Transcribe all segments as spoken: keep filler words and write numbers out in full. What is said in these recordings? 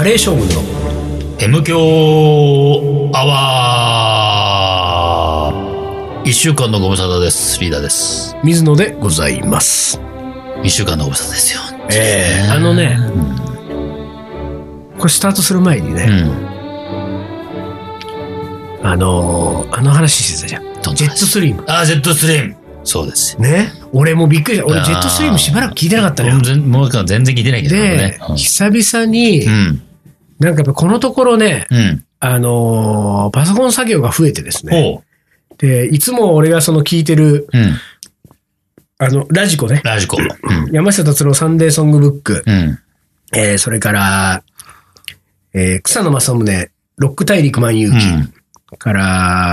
レー将軍の M 強アワー。一週間のご無沙汰です。リーダーです。 水野でございます。 一週間のご無沙汰ですよ。 えー、あのね、うん、これスタートする前にね、うん、あのー、あの話してたじゃん。ジェットストリーム。 あ、ジェットストリーム。そうですね。俺もびっくりした。俺ジェットストリームしばらく聞いてなかったのよ。 もう全然聞いてないけどね。 で、うん、久々に、うん、なんかやっぱこのところね、うん、あのー、パソコン作業が増えてですね。で、いつも俺がその聞いてる、うん、あの、ラジコね。 ラジコ。うん、 山下達郎サンデーソングブック。うん、えー、それから、えー、草野正宗、ロック大陸万有記。うん、から、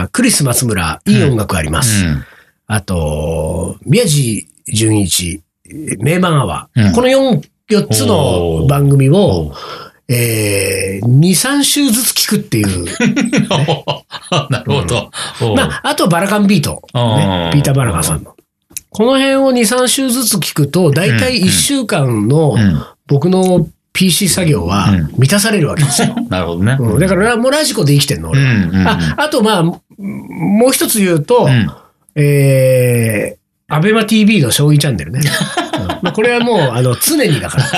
クリス松村、いい音楽あります。うんうん、あと、宮地純一、名盤アワー。うん、この4、4つの番組を、えー、に、さん週ずつ聞くっていう、ね。 なるほど。 うん、まあ、あとバラカンビート、ね。ピーター・バラカンさんの。この辺をに、さん週ずつ聞くと、だいたいいっしゅうかんの僕の ピーシー 作業は満たされるわけですよ。 うん、なるほどね。 うん、だからもうラジコで生きてんの、俺。うんうんうん、あ, あと、まあ、もう一つ言うと、うん、えー、アベマ ティービー の将棋チャンネルね。うん、まあこれはもう、あの、常にだから。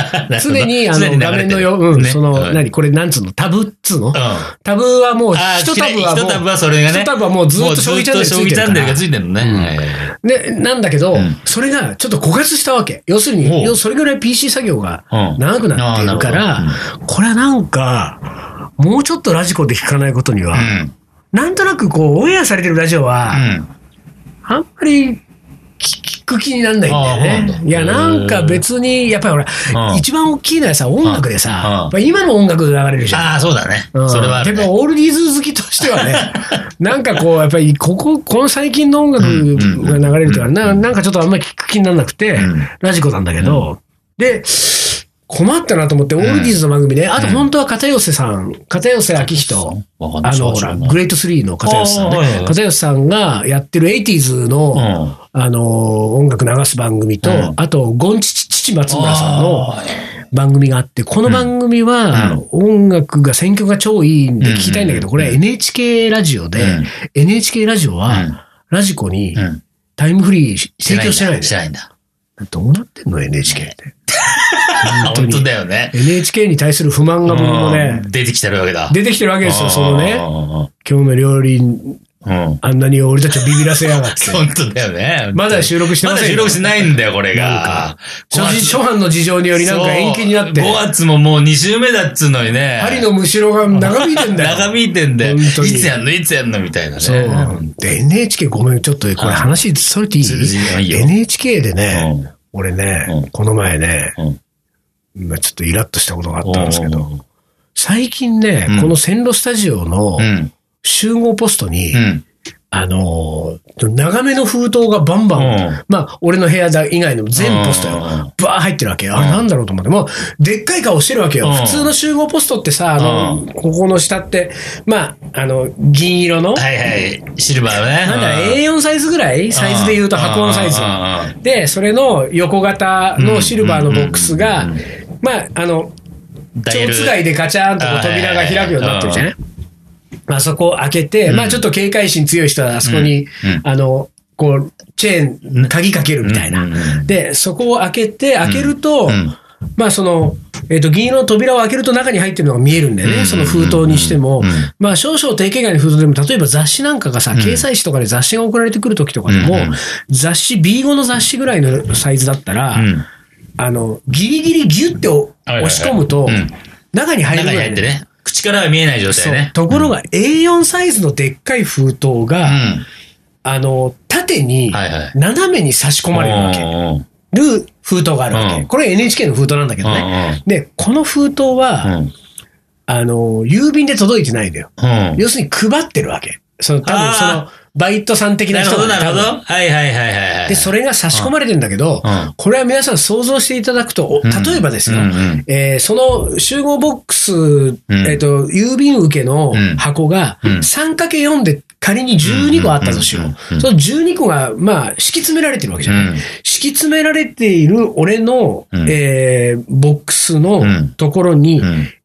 常に、あの、画面のよ、うん、ね、その、うん、何これ、なんつうのタブっつうの、うん、タブはもう、一タブはもう、 一タブはそれがね。 一タブはもうずっと将棋チャンネルついてるから。将棋チャンネルがついてるのね。 うん、で、なんだけど、うん、それがちょっと枯渇したわけ。要するに、それぐらい ピーシー 作業が長くなっているから、うん、これはなんか、もうちょっとラジコで聞かないことには、うん、なんとなくこう、オンエアされてるラジオは、うん、あんまり、聞く気になんないんだよね。いや、なんか別に、やっぱりほら、一番大きいのはさ、音楽でさ、今の音楽流れるじゃん。 ああ、そうだね。それはあるね。 やっぱオールディーズ好きとしてはね、なんかこう、やっぱりここ、この最近の音楽が流れるから、な、なんかちょっとあんまり聞く気にならなくて、ラジコなんだけど、で、困ったなと思って、オールディーズの番組ね、あと本当は片寄さん、片寄明人、あの、ほら、グレートスリーの片寄さんね、片寄さんがやってるエイティーズの、あの、音楽流す番組と、あと、ゴンチ父松村さんの番組があって、この番組は音楽が、選曲が超いいんで聞きたいんだけど、これは エヌエイチケー ラジオで、エヌエイチケー ラジオは、ラジコにタイムフリー提供してないんだよ。 してないんだ。 どうなってんの エヌエイチケー って。 本当だよね。 エヌエイチケー に対する不満が僕もね、 出てきてるわけだ。 出てきてるわけですよ、そのね。今日の料理、うん、あんなに俺たちをビビらせやがって。 本当だよね。 まだ収録してませんよ。 まだ収録してないんだよ、これが。なんか初版の事情によりなんか延期になって。 ごがつももうに週目だっつうのにね。 針のむしろが長引いてんだよ。 長引いてんだよ。いつやんのいつやんのみたいなね。 そう。で、エヌエイチケー ごめん、ちょっとこれ話それていい？ エヌエイチケー でね、うん、俺ね、うん、この前ね、うんまあ、ちょっとイラッとしたことがあったんですけど、最近ね、うん、この線路スタジオの集合ポストに、うん、あのー、長めの封筒がバンバン、うん、まあ、俺の部屋以外の全ポストよ、バー入ってるわけよ。あれなんだろうと思って、もう、でっかい顔してるわけよ。うん、普通の集合ポストってさ、あの、うん、ここの下って、まあ、あの、銀色の、 はいはい、シルバーね。 なんだ、エーよん サイズぐらいサイズで言うと箱のサイズ。で、それの横型のシルバーのボックスが、まあ、あの、蝶つがいでガチャーンとこう扉が開くようになってるじゃない？まあそこを開けて、うん、まあちょっと警戒心強い人はあそこに、うん、あの、こう、チェーン、鍵かけるみたいな。うん、で、そこを開けて、開けると、うん、まあその、えっと、銀色の扉を開けると中に入ってるのが見えるんだよね。その封筒にしても。まあ少々定型外の封筒でも、例えば雑誌なんかがさ、掲載誌とかで雑誌が送られてくるときとかでも、雑誌、ビーご の雑誌ぐらいのサイズだったら、あの、ギリギリギュッて押し込むと、中に入るぐらい、ね。中に入ってね。 口からは見えない状態ね。 ところが エーよん サイズのでっかい封筒が、うん、あの、縦に、斜めに差し込まれるわけ。はいはい、る封筒があるわけ。これ エヌエイチケー の封筒なんだけどね。で、この封筒は、うん、あの、郵便で届いてないんだよ。うん、要するに配ってるわけ。その、多分その、バイトさん的な人が、ね、 なるほど、なるほど。はいはいはいはい。 で、それが差し込まれてるんだけど、うん、これは皆さん想像していただくと、例えばですよ、うんうんえー、その集合ボックス、うん、えっと、郵便受けの箱が さんかけよん で仮にじゅうにこあったとしよう。そのじゅうにこが、まあ、敷き詰められてるわけじゃない。うん、敷き詰められている俺の、うん、えー、ボックスのところに、うん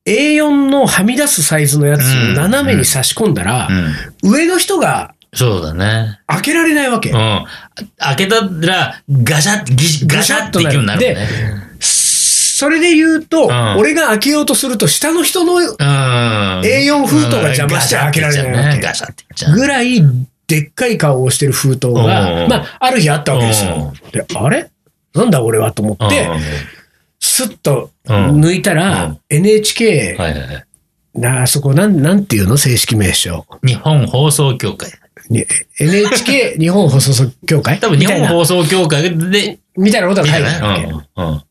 エーよん のはみ出すサイズのやつを斜めに差し込んだら、うんうん、上の人が、 そうだね。 開けられないわけ。うん。 開けたら、ガシャッ、ガシャッって勢いになるね。で、 それで言うと、うん、俺が開けようとすると、下の人の エーよん 封筒が邪魔して開けられないわけ。ガシャッって言っちゃう。ぐらい、でっかい顔をしてる封筒が、まあ、ある日あったわけですよ。で、あれなんだ俺はと思って、スッと抜いたら、エヌエイチケー、はいはい、なあそこなん、なんていうの正式名称。 日本放送協会。 エヌエイチケー 日本放送協会多分日本放送協会で、 みたいなことが書いてあるわけ。うんうん、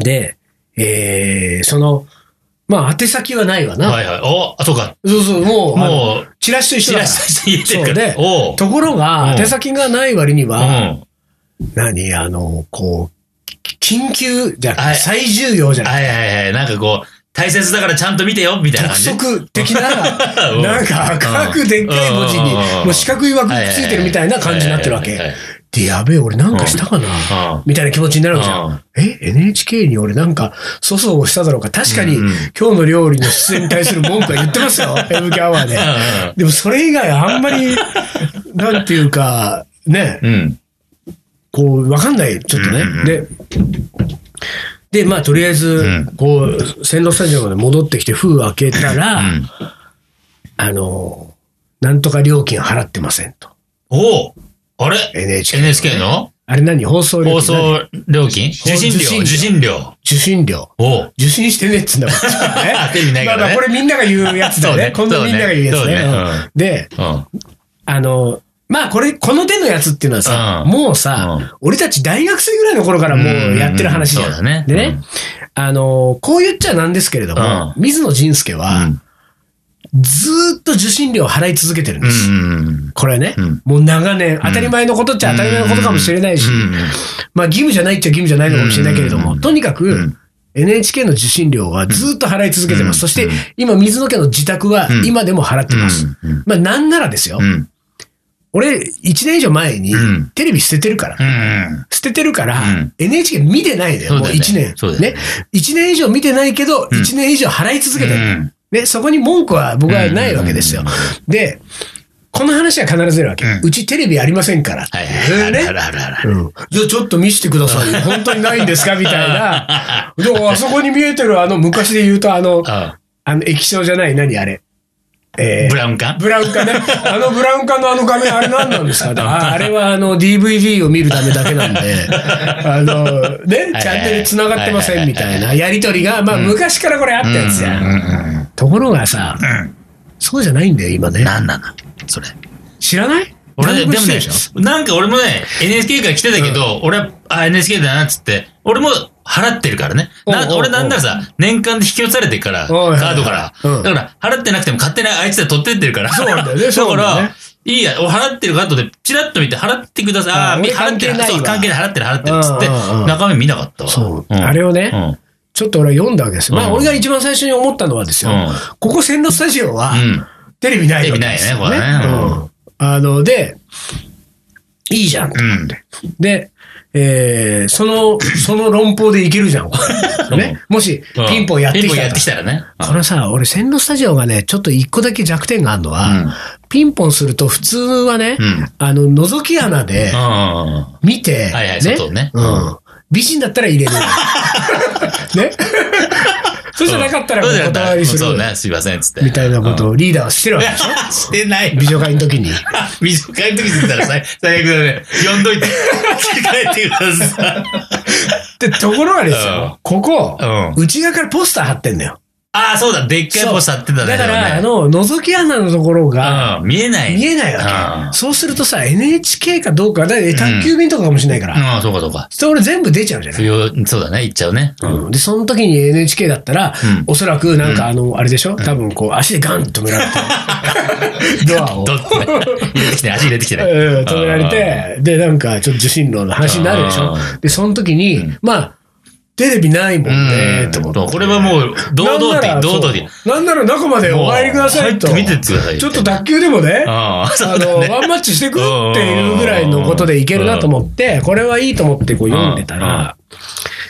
で、えー、その、まあ、宛先はないわな。 はいはい。お、あ、そうか。 そうそう、もう、もう、チラシと一緒だから。 チラシと一緒で。 そうで、ところが、宛先がない割には、うん、何あの、こう、緊急じゃなくて、最重要じゃなくて。 はいはいはい。なんかこう、大切だからちゃんと見てよ、みたいな感じ。 督促的な、なんか赤くでっかい文字に、もう四角い枠がついてるみたいな感じになってるわけ。で、やべえ、俺なんかしたかなみたいな気持ちになるわけじゃん。え エヌエイチケー に俺なんか粗相をしただろうか。確かに、今日の料理の出演に対する文句は言ってますよ。エムケーアワーで。でもそれ以外あんまり、なんていうか、ね、こう、わかんない、ちょっとね。で、で、まあ、とりあえず、こう、線路スタジオまで戻ってきて封開けたら、あの、なんとか料金払ってませんと。 おおあれエヌエイチケーエヌエイチケー のあれ何放送料金放送料金受信料受信料受信料。 お受信してねっつんだもん。 あ、テレビないからね。 まあこれみんなが言うやつだよね。今度みんなが言うやつね。で、あの、まあこれ、この手のやつっていうのはさ、もうさ、俺たち大学生ぐらいの頃からもうやってる話じゃん。そうだね。でね、あの、こう言っちゃなんですけれども、水野仁介は、ずーっと受信料を払い続けてるんです。これね、もう長年、当たり前のことっちゃ当たり前のことかもしれないし、まあ義務じゃないっちゃ義務じゃないのかもしれないけれども、とにかく、エヌエイチケー の受信料はずっと払い続けてます。そして、今、水野家の自宅は今でも払ってます。まあなんならですよ。俺、一年以上前に、テレビ捨ててるから。捨ててるから、エヌエイチケー 見てないのよ。もう一年。ね。一年以上見てないけど、一年以上払い続けてる。ね、そこに文句は僕はないわけですよ。で、この話は必ず出るわけ。うちテレビありませんから。ね。じゃあちょっと見せてくださいよ。本当にないんですかみたいな。でもあそこに見えてるあの、昔で言うとあの、あの液晶じゃない何あれ。 えー、ブラウン管ブラウン管ね。あのブラウン管のあの画面、あれ何なんですかあ, あれはあの ディーブイディー を見るためだけなんで、あの、ね、チャンネル繋がってませんみたいなやりとりが、まあ昔からこれあったやつや。ところがさ、うん、そうじゃないんだよ、今ね。 なんなのそれ。 知らない俺ね、でもね、なんか俺もね、エヌエイチケー から来てたけど、うん、俺は、あ、エヌエイチケー だなっつって、俺も払ってるからね。な俺なんならさ、年間で引き落とされてるから、カードから。うん、だから、払ってなくても勝手にあいつら取ってってるから。 そうなんだよね、 そうだから、いいや、払ってるカードでチラッと見て払ってください。ああ、払ってる、そう、関係ない、払ってる、払ってるっつって、中身見なかったわ。 そう。あれをね、ちょっと俺は読んだわけですよ。まあ、俺が一番最初に思ったのはですよ、ここ線路スタジオは、テレビないわけですよね。テレビないね、これね。あの、で、いいじゃんと思って。で、えー、その、その論法でいけるじゃん。ね。もし、ピンポンやってきたら。ピンポンやってきたらね。これさ、俺、線路スタジオがね、ちょっと一個だけ弱点があるのは、うん、ピンポンすると普通はね、うん、あの、覗き穴で、見て、 はいはい、そうね。 うん。美人だったら入れる。ね。そうじゃなかったらお断りする。 そうね、すいません、つって。 みたいなことをリーダーはしてるわけでしょしてない。 美女会の時に。 美女会の時に言ったら最悪だね。呼んどいて、着替えてください。 で、ところがですよ、ここ、内側からポスター貼ってんだよ。 ああ、そうだ、でっかいポスター貼ってたね。 だから、あの、覗き穴のところが、 見えない。 見えないわけ。そうするとさ、エヌエイチケー かどうか、だって宅急便とかかもしれないから。 ああ、そうかそうか。 それ俺全部出ちゃうじゃない。 そうだね、行っちゃうね。 うん。で、その時に エヌエイチケー だったら、おそらくなんかあの、あれでしょ多分こう、足でガンって止められて、ドアを。入れてきて、足入れてきてね。止められて、で、なんかちょっと受信料の話になるでしょで、その時に、まあ、テレビないもんね、と思って。 これはもう、堂々的、堂々的。 なんなら中までお入りくださいと。 入って見てってください。 ちょっと卓球でもね、あの、ワンマッチしてくっていうぐらいのことでいけるなと思って、これはいいと思ってこう読んでたら、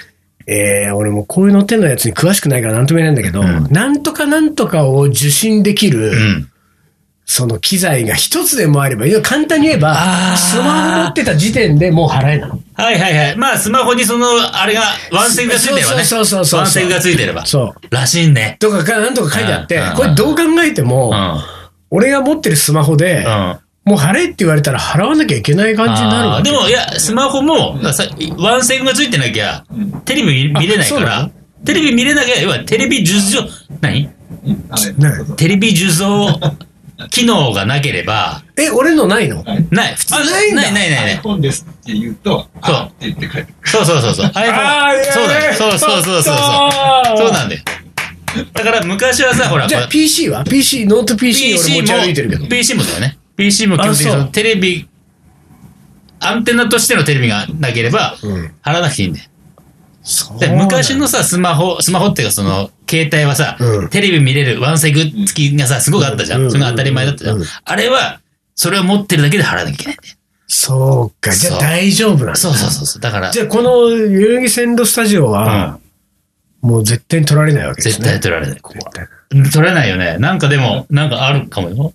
えー、俺もこういうのってんのやつに詳しくないからなんとも言えないんだけど、うん、なんとかなんとかを受信できる、うん、その機材が一つでもあれば、簡単に言えば、スマホ持ってた時点でもう払えなの。 はいはいはい。まあスマホにその、あれが、ワンセグがついてればね。 そうそうそうそう。 ワンセグがついてれば。 そう。 らしいね。 とか、なんとか書いてあって、これどう考えても、うん、俺が持ってるスマホで、うんもう払えって言われたら払わなきゃいけない感じになるわけ。 でも、いや、スマホも、ワンセグがついてなきゃ、テレビ見れないから、テレビ見れなきゃ、要はテレビ受像、何テレビ受像機能がなければ。 え、俺のないのない。普通ないんだ。ないないない。 iPhone ですって言うと、あって言って帰ってくる。 そうそうそうそう。iPhone。そうだ。そうそうそうそうそう。そうなんだよ。だから昔はさ、ほら。 じゃあ ピーシー は ピーシー、ノート ピーシー 俺持ち歩いてるけど。 ピーシー もだよね。ピーシー も基本的にそのテレビ、アンテナとしてのテレビがなければ、貼らなくていいんだよ。で昔のさ、スマホ、スマホっていうかその、携帯はさ、うん、テレビ見れるワンセグ付きがさ、すごくあったじゃん。うん、それが当たり前だったじゃん。うん、あれは、それを持ってるだけで貼らなきゃいけないんだよ。 そうか、じゃあ大丈夫なんだ。 そうそうそうそう。だから。 じゃあこの代々木線路スタジオは、うん、もう絶対に取られないわけですね。 絶対取られない、ここは。取れないよね。なんかでも、なんかあるかもよ。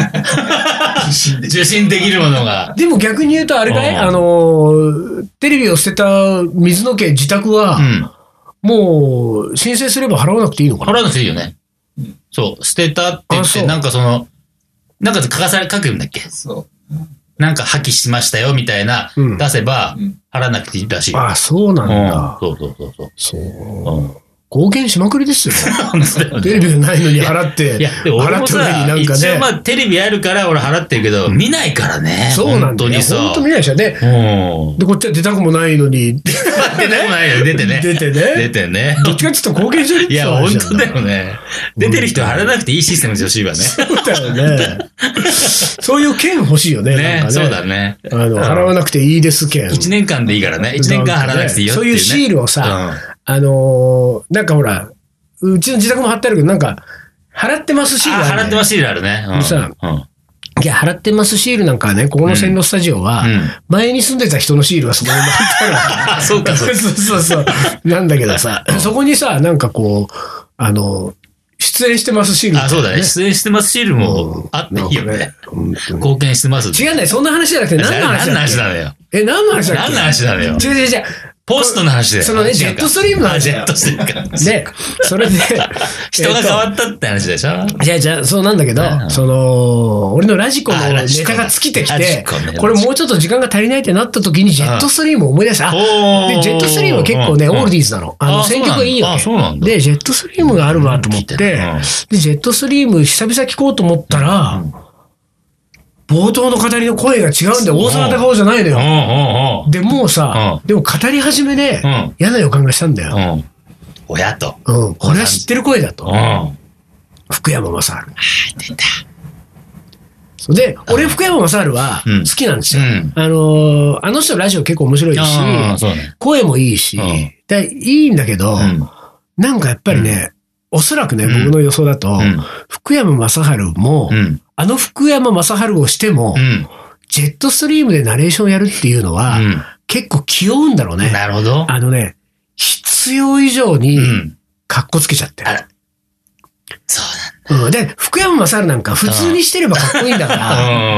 受信できるものが。 でも逆に言うとあれかい、あの、テレビを捨てた水野家自宅は、うん、もう申請すれば払わなくていいのかな？ 払わなくていいよね。そう、捨てたって言って、なんかその、なんか書かされ、書くんだっけ？そう。なんか破棄しましたよみたいな、うん、出せば、払わなくていいらしい。 ああ、そうなんだ。 うん、そうそうそうそう。 そう。うん貢献しまくりですよ。テレビがないのに払って。 いや、でも俺もさ、一応まあテレビあるから俺払ってるけど、見ないからね。 そうなんだよ。本当見ないでしょ。で、で、こっちは出たくもないのに。出てないよ、出てね。 出てね。 出てね。 どっちかっていうと貢献してるっていや、本当だよね。出てる人は払わなくていいシステムにしてほしいわね。 そうだよね。そういう券欲しいよね。 ね、そうだね。 あの、払わなくていいです券。 いちねんかんでいいからね。いちねんかん払わなくていいよっていうね。 そういうシールをさ、あのー、なんかほら、うちの自宅も貼ってあるけど、なんか、払ってますシールある、 ね。払ってますシールあるね。 うん、さ、うん、いや、払ってますシールなんかはね、ここの線路スタジオは、うん、前に住んでた人のシールがそのまま貼ってあるわけ。 そうか、そうか。 そうそうそう。なんだけどさ、そこにさ、なんかこう、あの、出演してますシール、ね。 あ、そうだね。出演してますシールもあっていいよね。貢献してます。 違うんだよ。そんな話じゃなくて何の話だっけ？ 何の話なのよ。 え、何の話だっけ？ 何の話なのよ。 違う違う違う。 ポストの話で。 そのね、ジェットストリームの話だよ。 ジェットストリームか。 で、それで。 人が変わったって話でしょ？ じゃあ、じゃあ、そうなんだけど、その、俺のラジコのネタが尽きてきて、これもうちょっと時間が足りないってなった時にジェットストリームを思い出した。で、ジェットストリームは結構ね、オールディーズなの。あの、選曲がいいわけ。で、ジェットストリームがあるわと思って、で、ジェットストリーム久々聞こうと思ったら、冒頭の語りの声が違うんで、大沢たかおじゃないのよ。で、もうさ、でも語り始めで、嫌な予感がしたんだよ。 親と。 うん。これは知ってる声だと。福山雅治。ああ、 出た。 で、俺、福山雅治は好きなんですよ。あの、あの人ラジオ結構面白いし、声もいいし、いいんだけど、なんかやっぱりね、おそらくね、僕の予想だと、福山雅治も、あの福山雅治をしても、うん、ジェットストリームでナレーションやるっていうのは、うん、結構気負うんだろうね。 なるほど。 あのね、必要以上に、カッコつけちゃってる。うん、 そうなんだ、 うん。で、福山雅治なんか普通にしてればかっこいいんだから、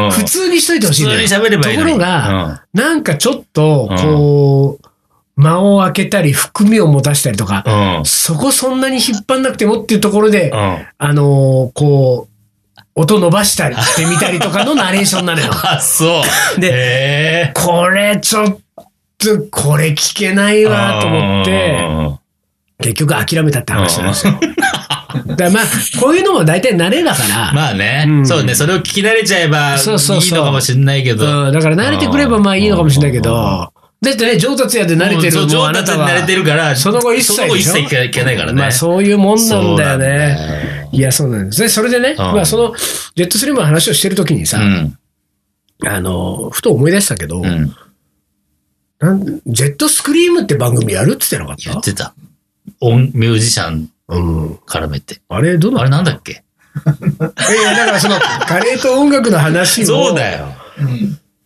普通にしといてほしいんだよ。 普通に喋ればいいのに。 ところが、うん、なんかちょっと、こう、間を空けたり、含みを持たしたりとか、うん、そこそんなに引っ張んなくてもっていうところで、うん、あのー、こう、音伸ばしたりしてみたりとかのナレーションなのよ。 あ、そう。 で、これちょっと、これ聞けないわと思って、結局諦めたって話なんですよ。だからまあ、こういうのも大体慣れだから。 まあね、うん。そうね。それを聞き慣れちゃえばいいのかもしれないけど。 そうそうそう、だから慣れてくればまあいいのかもしれないけど、だってね、上達屋で慣れてるもうあなたは。上達に慣れてるから、 その後一切でしょ。その後一切いけないからね。 まあそういうもんなんだよね。いや、そうなんです。で、それでね、うん、まあその、ジェットストリームの話をしてるときにさ、うん、あの、ふと思い出したけど、うん、なんジェットスクリームって番組やるって言ってなかった？ 言ってた。音、ミュージシャン絡めて。 うん、あれ、どうなの？ あれなんだっけ？ いや、だからその、カレーと音楽の話も。 そうだよ。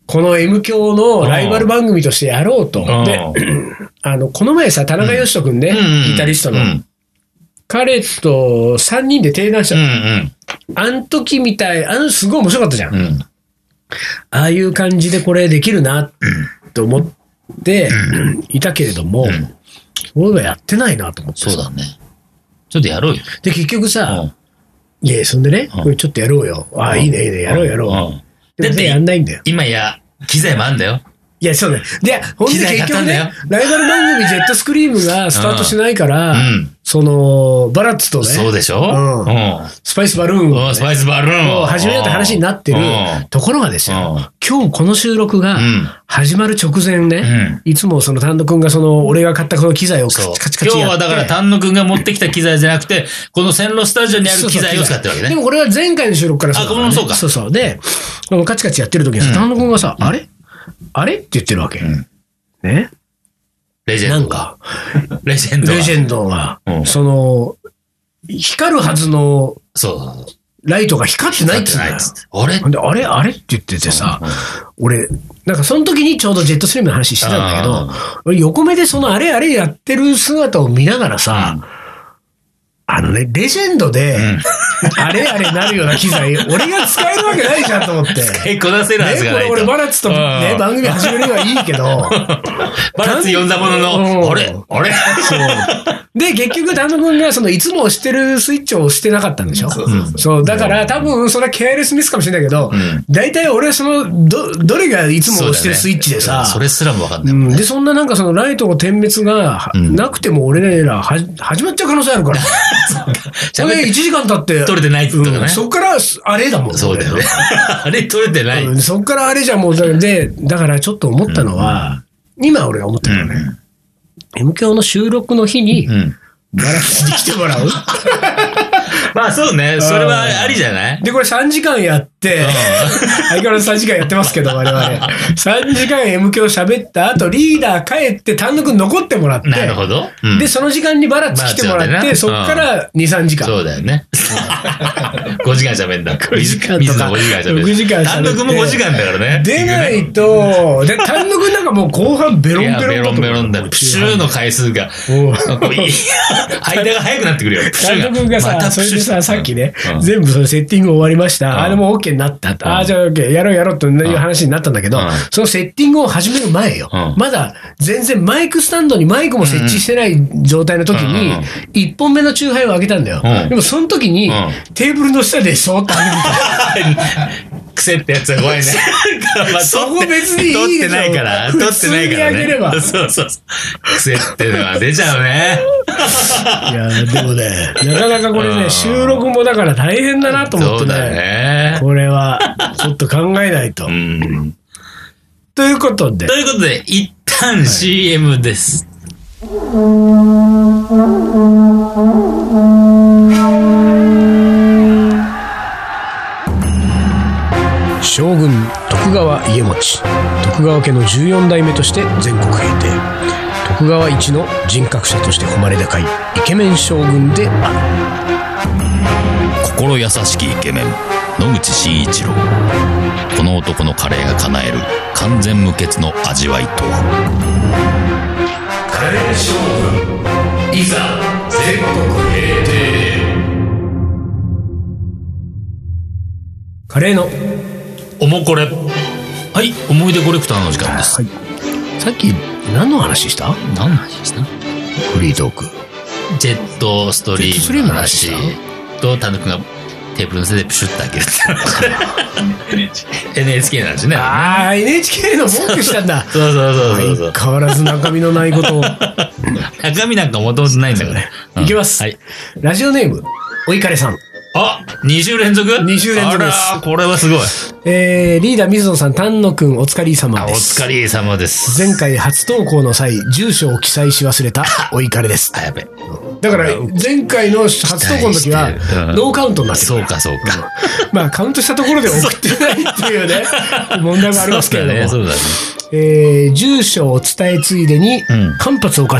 この M 響のライバル番組としてやろうと。で、あの、この前さ、田中義人くんね、ギタリストの。彼とさんにんで提談したの。あの時みたい、あのすごい面白かったじゃん。ああいう感じでこれできるなと思っていたけれども、俺はやってないなと思って。 そうだね。ちょっとやろうよ。 で、結局さ、いや、そんでね、これちょっとやろうよ。ああ、いいね、いいね、やろうやろう。でもやんないんだよ。 今や、機材もあんだよ。 いや、そうね。で、ほんで結局ね、ライバル番組ジェットスクリームがスタートしないから、その、バラッツとね。 そうでしょうん。 スパイスバルーン。 スパイスバルーン。 を始めようって話になってるところがですよ。今日この収録が始まる直前ね、いつもその丹野くんがその、俺が買ったこの機材をカチカチカチやって。 今日はだから丹野くんが持ってきた機材じゃなくて、この線路スタジオにある機材を使ってるわけね。 でもこれは前回の収録からそうだ、ね。あ、このそうか。 そうそう。で、カチカチやってる時に丹野くんがさ、あれあれって言ってるわけ。ね。 レジェンド。 なんか、 レジェンド。 レジェンドが、その、光るはずの、 そう。 ライトが光ってないっつって。 あれあれあれって言っててさ、俺、なんかその時にちょうどジェットストリームの話してたんだけど、俺横目でそのあれあれやってる姿を見ながらさ、あのね、レジェンドで、あれあれなるような機材、俺が使えるわけないじゃんと思って。 使いこなせるはずがないと。 ね、これ俺バラッツとね、番組始めるのはいいけど、 バラッツ呼んだものの、あれあれそう。で、結局、丹野くんが、その、いつも押してるスイッチを押してなかったんでしょ。そうそうそう。そう、だから、多分、それはケアレスミスかもしれないけど、大体俺はその、ど、どれがいつも押してるスイッチでさ、 それすらもわかんない。 で、そんななんかその、ライトの点滅がなくても俺らは始まっちゃう可能性あるから。それいちじかん経って。 撮れてないって言ったかね。 そっから、あれだもん。 そうだよね。あれ撮れてない。 そっからあれじゃもう、で、だからちょっと思ったのは、今俺が思ったのはね、M 響の収録の日に、バラッツに来てもらうまあそうね。それはありじゃない？ で、これさんじかんやって、相変わらずさんじかんやってますけど、我々。さんじかん M 響喋った後、リーダー帰って丹野くん残ってもらって。 なるほど。 で、その時間にバラッツ来てもらって、そっからに、さんじかん。 そうだよね。ごじかん喋んだ。 ごじかんとか。 ごじかん喋る。 ろくじかん喋って。 丹野くんもごじかんだからね。 出ないと、で、丹野くんなんかもう後半ベロンベロンだと。 ベロンベロンだ。プシューの回数が、間が早くなってくるよ。 丹野くんがさ、それでさ、さっきね、全部そのセッティング終わりました。あれも OK になった。ああ、じゃあ OK、やろうやろうという話になったんだけど、そのセッティングを始める前よ。まだ全然マイクスタンドにマイクも設置してない状態の時に、いっぽんめのチューハイを開けたんだよ。でもその時に、テーブルの下でそーっと開けてた。 癖ってやつは怖いね。 そこ別にいいでしょ。 取ってないから。取ってないからね。 普通に開ければ。 そうそう。癖ってのは出ちゃうね。 いや、でもね、なかなかこれね、収録もだから大変だなと思ってね。 そうだね。 これは、ちょっと考えないと。うん、ということで。 ということで、一旦 シーエム です。 将軍徳川家茂徳川家のじゅうよんだいめとして全国平定、徳川一の人格者として誉れ高いイケメン将軍である。心優しきイケメン野口真一郎。この男のカレーが叶える完全無欠の味わいとは。 カレー将軍いざ全国平定。 カレーのおもこれ。はい、思い出コレクターの時間です。はい、 さっき何の話した？ 何の話した？ フリートーク。 ジェットストリームの話と、タヌクがテーブルの背でプシュッと開けるって。エヌエイチケー なんですね。 ああ、エヌエイチケー の文句したんだ。 そうそうそうそう。 変わらず中身のないことを。 中身なんかもともとないんだからね。 いきます。はい。ラジオネーム、おいかれさん。 あ、に週連続 ?に 週連続です。あら、これはすごい。 えー、リーダー水野さん、丹野くん、お疲れ様です。 お疲れ様です。 前回初投稿の際、住所を記載し忘れたおいかれです。 あ、やべ。 だから、前回の初投稿の時は、ノーカウントになってる。 そうか、そうか。 まあ、カウントしたところで送ってないっていうね、問題もありますけれども。 そうだね。 えー、住所を伝えついでに、間髪を置かず、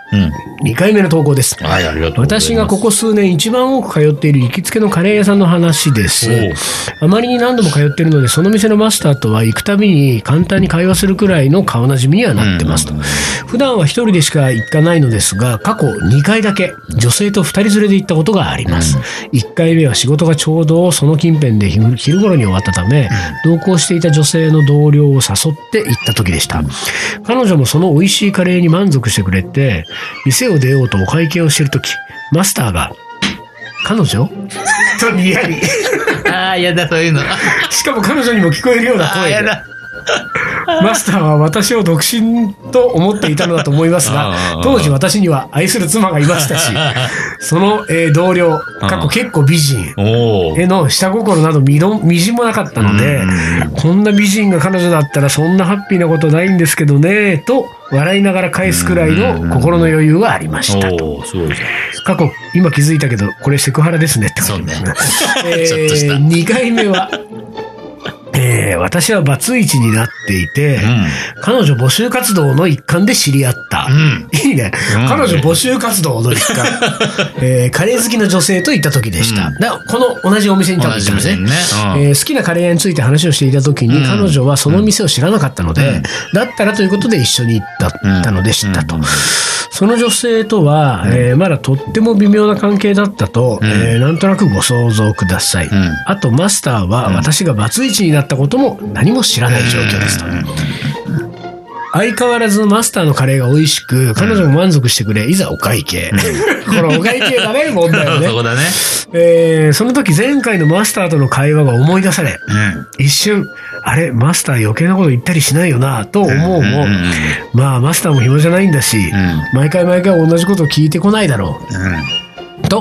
うん。 にかいめの投稿です。 はい、ありがとうございます。 私がここ数年一番多く通っている行きつけのカレー屋さんの話です。あまりに何度も通っているので、その店のマスターとは行くたびに簡単に会話するくらいの顔なじみにはなってますと。普段は一人でしか行かないのですが、過去にかいだけ女性と二人連れで行ったことがあります。いっかいめは仕事がちょうどその近辺で昼頃に終わったため、同行していた女性の同僚を誘って行った時でした。彼女もその美味しいカレーに満足してくれて、店を出ようとお会計をしているとき、マスターが、彼女とにやり。 ああ、やだ、そういうの。 しかも彼女にも聞こえるような声で。マスターは私を独身と思っていたのだと思いますが、当時私には愛する妻がいましたし、その、えー、同僚、過去結構美人への下心などみどみじんもなかったので、こんな美人が彼女だったらそんなハッピーなことないんですけどね、と笑いながら返すくらいの心の余裕はありましたと。過去、今気づいたけど、これセクハラですねってことですね。えー、にかいめは、えー、私はバツイチになっていて、うん、彼女募集活動の一環で知り合った。うん、いいね、うん。彼女募集活動の一環。えー、カレー好きな女性と行った時でした。うん、だこの同じお店に多分行ったんですね。ね、うんえー。好きなカレー屋について話をしていた時に、うん、彼女はその店を知らなかったので、うん、だったらということで一緒に行ったので知ったと。うんうん、その女性とは、うんえー、まだとっても微妙な関係だったと、うんえー、なんとなくご想像ください。うん、あとマスターは私がバツイチになったことも何も知らない状況ですと。相変わらずマスターのカレーが美味しく、彼女も満足してくれ、いざお会計。このお会計がね、問題よね。 そこだね。 えー、その時前回のマスターとの会話が思い出され、うん、一瞬、あれ、マスター余計なこと言ったりしないよな、と思うも、うんうんうん、まあマスターも暇じゃないんだし、うん、毎回毎回同じことを聞いてこないだろう。うん、と、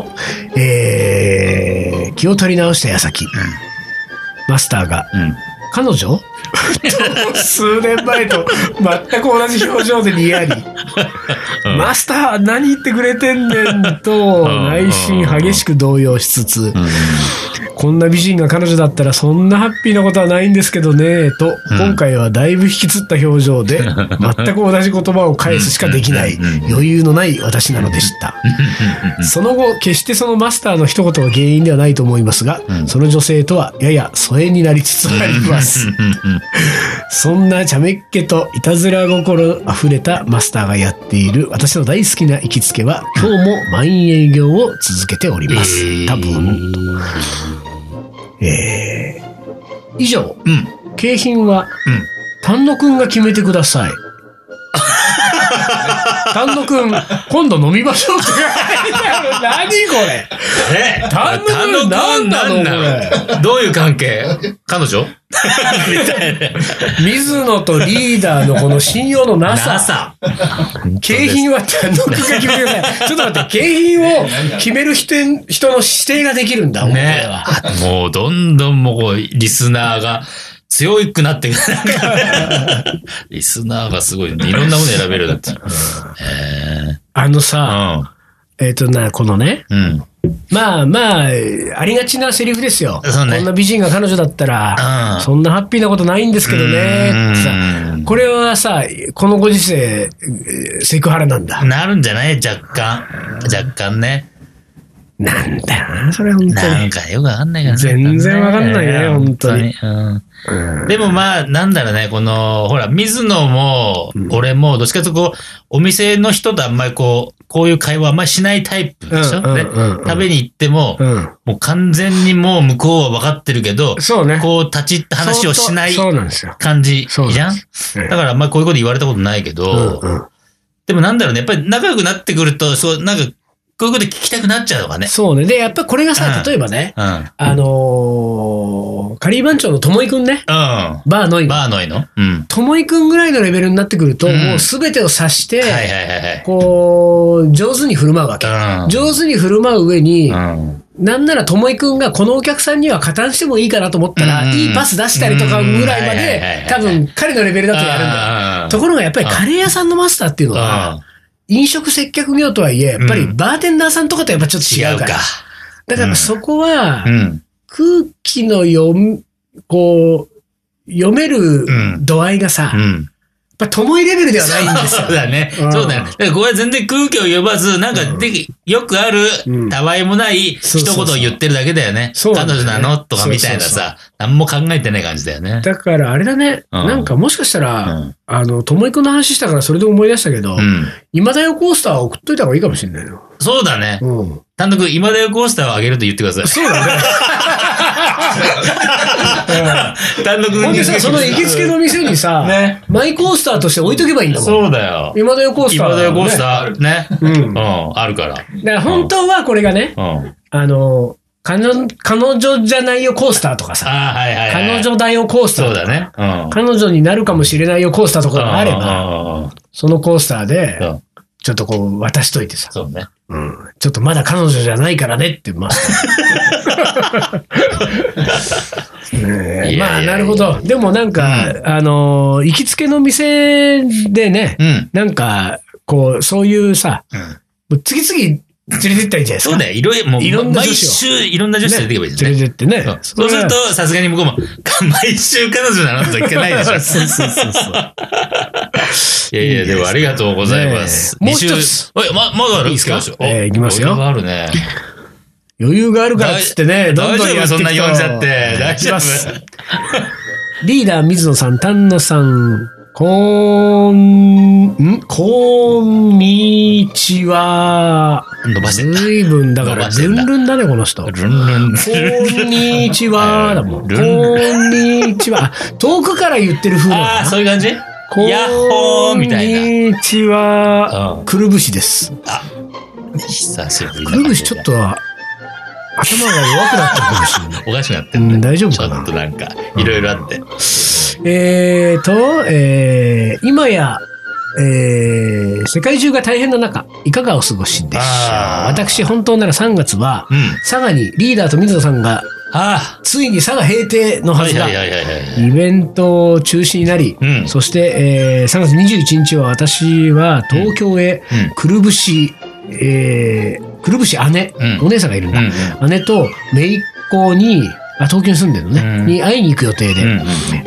えー、気を取り直した矢先、うん、マスターが、うん彼女数年前と全く同じ表情でにやり、うん、マスター何言ってくれてんねんと内心激しく動揺しつつ、うん、こんな美人が彼女だったらそんなハッピーなことはないんですけどねと、うん、今回はだいぶ引きつった表情で全く同じ言葉を返すしかできない余裕のない私なのでした。その後決してそのマスターの一言が原因ではないと思いますが、うん、その女性とはやや疎遠になりつつあります。そんな茶目っ気といたずら心あふれたマスターがやっている私の大好きな行きつけは今日も満員営業を続けております。多分、えー、以上、うん、景品は、うん、丹野くんが決めてください。丹野くん、今度飲みましょうって何これえ丹野くん何なのこれどういう関係彼女水野とリーダーのこの信用のなさ。なさ。景品は丹野くんが決めてください。ちょっと待って、景品を決める人、人の指定ができるんだ、ね、 もうどんどんもうこうリスナーが強くなってくる。リスナーがすごい、ね。いろんなもの選べるだって。 あのさ、うん、えっ、ー、とな、このね、うん、まあまあ、ありがちなセリフですよ。ね、こんな美人が彼女だったら、うん、そんなハッピーなことないんですけどね。さこれはさ、このご時世、セクハラなんだ。 なるんじゃない若干。若干ね。 なんだよな、それ本当に。 なんかよくわかんないからね。 全然わかんないね、本当に。うんうん、でもまあ、なんだろうね、この、ほら、水野も、俺も、どっちかというとこう、お店の人とあんまりこう、こういう会話あんまりしないタイプでしょ、うんうんうんうん、で食べに行っても、うん、もう完全にもう向こうは分かってるけど、 そうね。 こう、立ち入った話をしない感じじゃん、だからあんまりこういうこと言われたことないけど、うんうん、でもなんだろうね、やっぱり仲良くなってくると、そう、なんか、こういうこと聞きたくなっちゃうのかね。 そうね。で、やっぱりこれがさ、うん、例えばね、うん、あのー、カリー番長のともいくんね。うん。バーノイの。 バーノイの。うん。 ともいくんぐらいのレベルになってくると、うん、もうすべてを察して、はいはいはい、こう、上手に振る舞うわけ。うん、上手に振る舞う上に、うん、なんならともいくんがこのお客さんには加担してもいいかなと思ったら、うん、いいパス出したりとかぐらいまで、多分彼のレベルだとやるんだよ。ところがやっぱりカレー屋さんのマスターっていうのは、うん飲食接客業とはいえ、やっぱりバーテンダーさんとかとやっぱちょっと違うから。うん、かだからそこは、空気の読む、こう、読める度合いがさ、うん、 ぱ、ともいレベルではないんですよ。 そうだね。そうだね。だからこれは全然空気を読まず、なんかで、よくある、たわいもない一言を言ってるだけだよね。彼女なのとかみたいなさ、何も考えてない感じだよね。 だからあれだね、なんかもしかしたら、あの、ともいくんの話したからそれで思い出したけど、今だよコースターを送っといた方がいいかもしれないよ。 そうだね。単独今だよコースターをあげると言ってください。 そうだね。 単独ほんでさ、その行きつけの店にさ、ね、マイコースターとして置いとけばいいんだもん。 そうだよ。 今だよコースター、 ね。今だよコースター、ね。うん。うん。あるから。だから本当はこれがね、うん、あの、彼女、彼女じゃないよコースターとかさ、 あ、はいはいはい、 彼女だよコースターとか、そうだね、うん。彼女になるかもしれないよコースターとかがあれば、そのコースターで、ちょっとこう渡しといてさ。 そうね。 うん。ちょっとまだ彼女じゃないからねってまね、まあ、なるほど。でもなんか、うん、あの、行きつけの店でね、うん、なんか、こう、そういうさ、うん、次々、連れてったらいいじゃないですか。 そうだよ。いろいろ、もう、いろんな毎週いろんな女子連れてけばいいですね。 連れてってね。 そうすると、さすがに向こうも、毎週彼女なのといけないでしょ。 そうそうそうそう。 いやいや、でもありがとうございます。 もう一つ。 え、ま、まだあるんですか？えー、いきますよ。 余裕があるね。 余裕があるからっつってね、どんどんやってきた。 そんな読んじゃって。大丈夫。 リーダー水野さん、丹野さん、こん、んこんにちは。 伸ばしてんだ。 ずいぶんだから、ルンルンだね、この人。ルンルン。こんにちは。だもん。こんにちは。遠くから言ってる風なのかな。 ああ、そういう感じ？ ヤッホーみたいな。こんにちは。くるぶしです。 あ、久しぶり。 くるぶしちょっと、頭が弱くなってるかもしれない。 おかしくなってる、ね。 うん、大丈夫かな。 ちょっとなんか、いろいろあって。 えーと、えー、今や、えー、世界中が大変な中、いかがお過ごしでしょう。私、本当ならさんがつは、うん、佐賀にリーダーと水野さんが、ああついに佐賀閉廷のはずが、イベント中止になり、うん、そして、えー、さんがつにじゅういちにちは私は東京へ、くるぶし、えー、くるぶし姉、うん、お姉さんがいるんだ。うん、姉と姪っ子に、あ、東京に住んでるのね、うん、に会いに行く予定で、うんうん、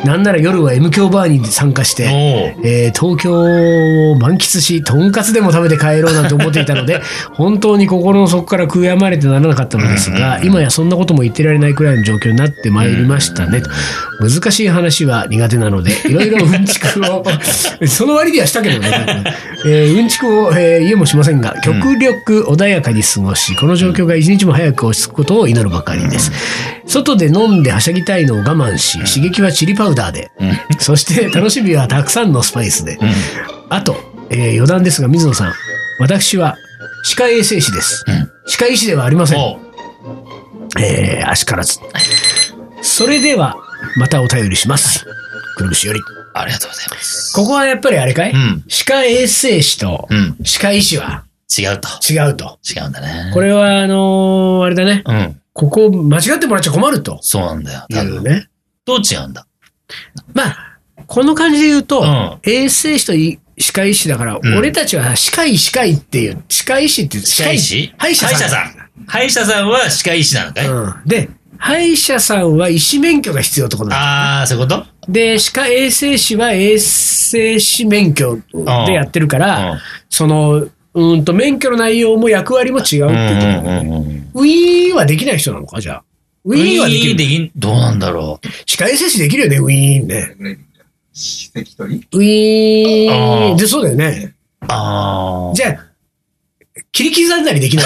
なんなら夜は M 響バーに参加して、えー、東京を満喫し、とんかつでも食べて帰ろうなんて思っていたので、本当に心の底から悔やまれてならなかったのですが、うんうん、今やそんなことも言ってられないくらいの状況になってまいりましたね。うん、難しい話は苦手なので、いろいろうんちくを、その割にはしたけどね、えー、うんちくを、えー、言えもしませんが、極力穏やかに過ごし、この状況が一日も早く落ち着くことを祈るばかりです。外で飲んではしゃぎたいのを我慢し、刺激はチリパウダーで、そして楽しみはたくさんのスパイスで。あと、えー、余談ですが、水野さん、私は歯科衛生士です。歯科医師ではありません。えー、あしからず。それでは、またお便りします。くるぶしより。 ありがとうございます。 ここはやっぱりあれかい、うん、歯科衛生士と歯科医師は、 違うと。 違うと。 違うんだね。 これは、あのー、あれだね。うん。ここ間違ってもらっちゃ困ると。 そうなんだよ。 多分ね。 どう違うんだ。 まあ、この感じで言うと、うん、衛生士と歯科医師だから、うん、俺たちは歯科医、歯科医っていう、歯科医師っていう、 歯科医師歯医者さん。 歯医者さん。歯医者さんは歯科医師なのかい、うん、 で、歯医者さんは医師免許が必要ってことなんだ。 ああ、そういうことで、歯科衛生士は衛生士免許でやってるから、うん、その、うんと、免許の内容も役割も違うっていうことだね。ウィーンはできない人なのかじゃあ。 ウィーンはできる。ウィーンできん、どうなんだろう。 歯科衛生士できるよね、ウィーンね。 歯石取りウィーン。で、そうだよね。 ああ。 じゃあ、切り刻んだりできない。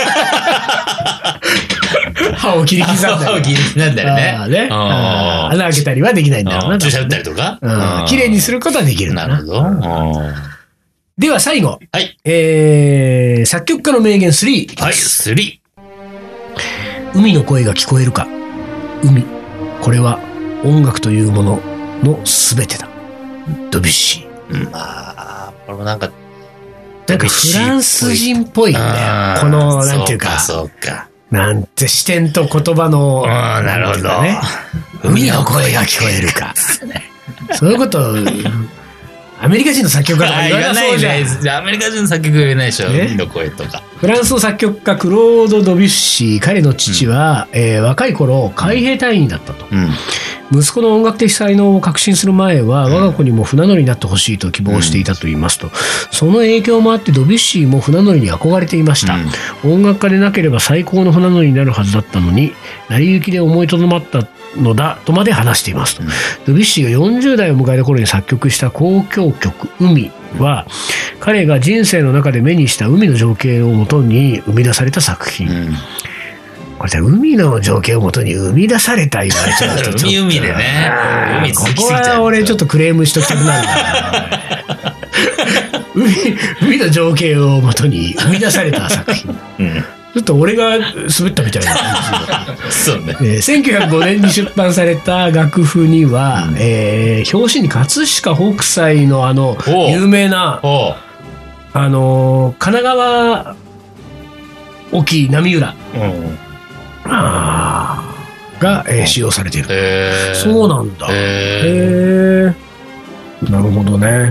歯を切り刻んだり。 歯を切り刻んだりね。 あねあ穴開けたりはできないんだろうな。 注射打ったりとか綺麗にすることはできるんだな。 なるほど。 では最後。 はい。 えー、作曲家の名言スリー。 はい、スリー。海の声が聞こえるか。海。これは音楽というもののすべてだ。ドビュッシー。まあ、これもなんか、 なんかフランス人っぽいんだよ。この、なんていうか。 そうか、そうか。 なんて視点と言葉の。 ああ、なるほどね。海の声が聞こえるか。そういうこと、アメリカ人の作曲家とか言わないそうじゃん。 アメリカ人の作曲家言えないでしょ。海の声とか。 フランスの作曲家クロード・ドビュッシー、彼の父は、うんえー、若い頃海兵隊員だったと、うん、 息子の音楽的才能を確信する前は、我が子にも船乗りになってほしいと希望していたと言いますと、その影響もあってドビュッシーも船乗りに憧れていました。音楽家でなければ最高の船乗りになるはずだったのに、成り行きで思いとどまったのだとまで話していますと。ドビュッシーがよんじゅう代を迎えた頃に作曲した交響曲「海」は、彼が人生の中で目にした海の情景をもとに生み出された作品。うんこれじゃ海の情景をもとに生み出された言われちゃうと海海でね。海ここは俺ちょっとクレームしときたくなるんだ海海の情景をもとに生み出された作品、うん、ちょっと俺が滑ったみたいな感じそうね、 えー、せんきゅうひゃくごねんに出版された楽譜には、うんえー、表紙に葛飾北斎のあの有名なあの神奈川沖波浦、うんあが、えー、使用されている、えー、そうなんだ、えー、なるほどね。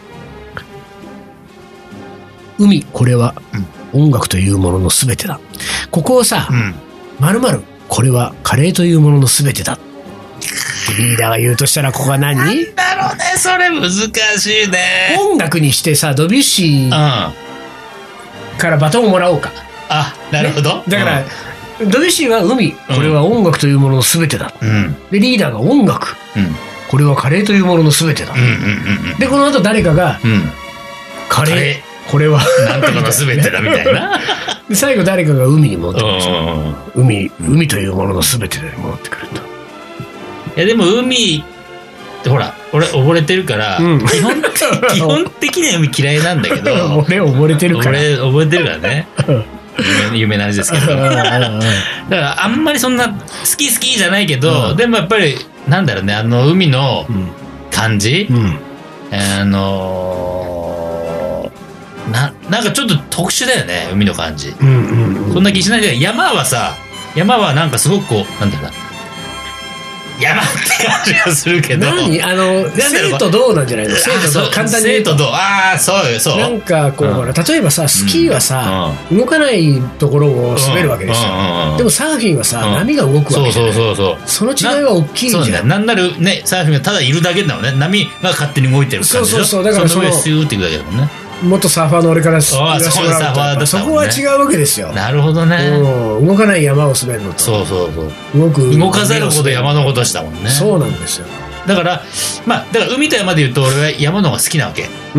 海これは音楽というもののすべてだ。ここをさ、まるまるこれはカレーというもののすべてだリーダーが言うとしたらここは何？なんだろうね、それ難しいね。 音楽にしてさ、ドビュッシーからバトンをもらおうか。 あ、なるほど、 ね、だから、うん、ドビュッシーは海、これは音楽というもののすべてだ、うん、でリーダーが音楽、うん、これはカレーというもののすべてだ、うんうんうんうん、でこの後誰かが、うん、カレー、カレーこれはなんとかのすべてだみたいなで最後誰かが海に戻ってくる、海、海というもののすべてで戻ってくると。 いやでも海ってほら俺溺れてるから、うん、基本基本的には海嫌いなんだけど俺溺れてるから俺溺れてるからね有, 有名な話ですけどだからあんまりそんな好き好きじゃないけど、うん、でもやっぱりなんだろうね、あの海の感じ、うん、あのー、な, なんかちょっと特殊だよね海の感じ、うんうんうん、そんな気しないで。山はさ、山はなんかすごくこうなんだろうな、山って感じがするけど何あの生とどうなんじゃないの？生とどう簡単に言うと生とどうああそうよそうなんかこう、うん、ほら例えばさスキーはさ、うん、動かないところを滑るわけですよ、うんうん、でもサーフィンはさ、うん、波が動くわけじゃない、そうそうそうそう、その違いは大きいじゃん。そうだね、 なんなるね、サーフィンがただいるだけだもんね、波が勝手に動いてる感じでしょ。そうそうそう、だからその上スーっていくだけだもんね。 元サーファーの俺から言わせてもらうと、 そこは違うわけですよ。 なるほどね、 うん、動かない山を滑るのと、 そうそうそう、動く動かざるほど山のことしたもんね。 そうなんですよ。 だからまあだから海と山で言うと俺は山の方が好きなわけ、うん、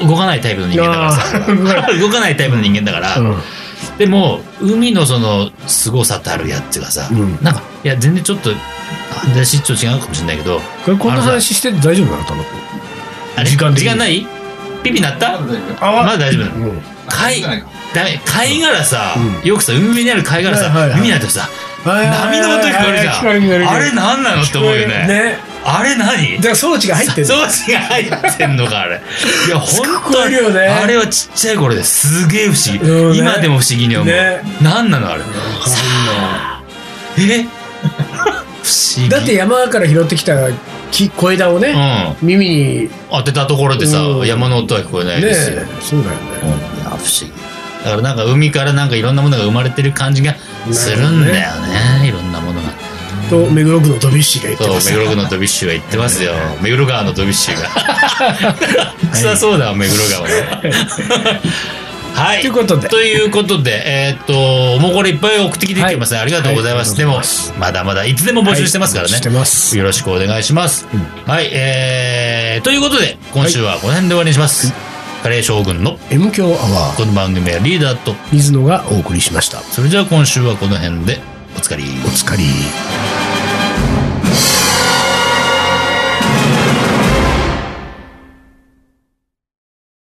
動かないタイプの人間だからさ動かないタイプの人間だから、うん、でも海のその凄さたるやつがさ、うん、なんかいや全然ちょっと私ちょっと違うかもしれないけど、これこんな話してて大丈夫なの？ あれ時間時間ない？ピピ鳴った？まだ大丈夫なの、うん、貝ダメ、貝殻さ、うん、よくさ海辺にある貝殻さ、はいはいはい、海になるとさ波の音聞こえるじゃん。あれ何なのって思うよね。ね、あれ何？ だから装置が入ってる。 装置が入ってんのかあれ。いや本当に、 ね、 あれはちっちゃい頃ですげえ不思議、ね、今でも不思議に思う、ね、何なのあれ。さあえ不思議。 だって山から拾ってきた木小枝をね、うん、耳に当てたところでさ、うん、山の音は聞こえないですよ、 ね、そうだよね、 うん、いや不思議だからなんか海からなんかいろんなものが生まれてる感じがするんだよ ね, ねいろんなものがと目黒区のドビュッシーが言ってます。 そう目黒区のドビュッシーが言ってますよ目黒川のドビュッシーが臭そうだわ目黒川ねはいということでということでえー、っともうこれいっぱい送ってきていてますね、はい、ありがとうございます、はい、でもまだまだいつでも募集してますからね、はい、してます。よろしくお願いします、うん、はいえー、ということで今週はこの辺で終わりにします、はい、カレー将軍の M 強アワー。 この番組はリーダーと水野がお送りしました。 それじゃあ今週はこの辺でおつかりおつかり。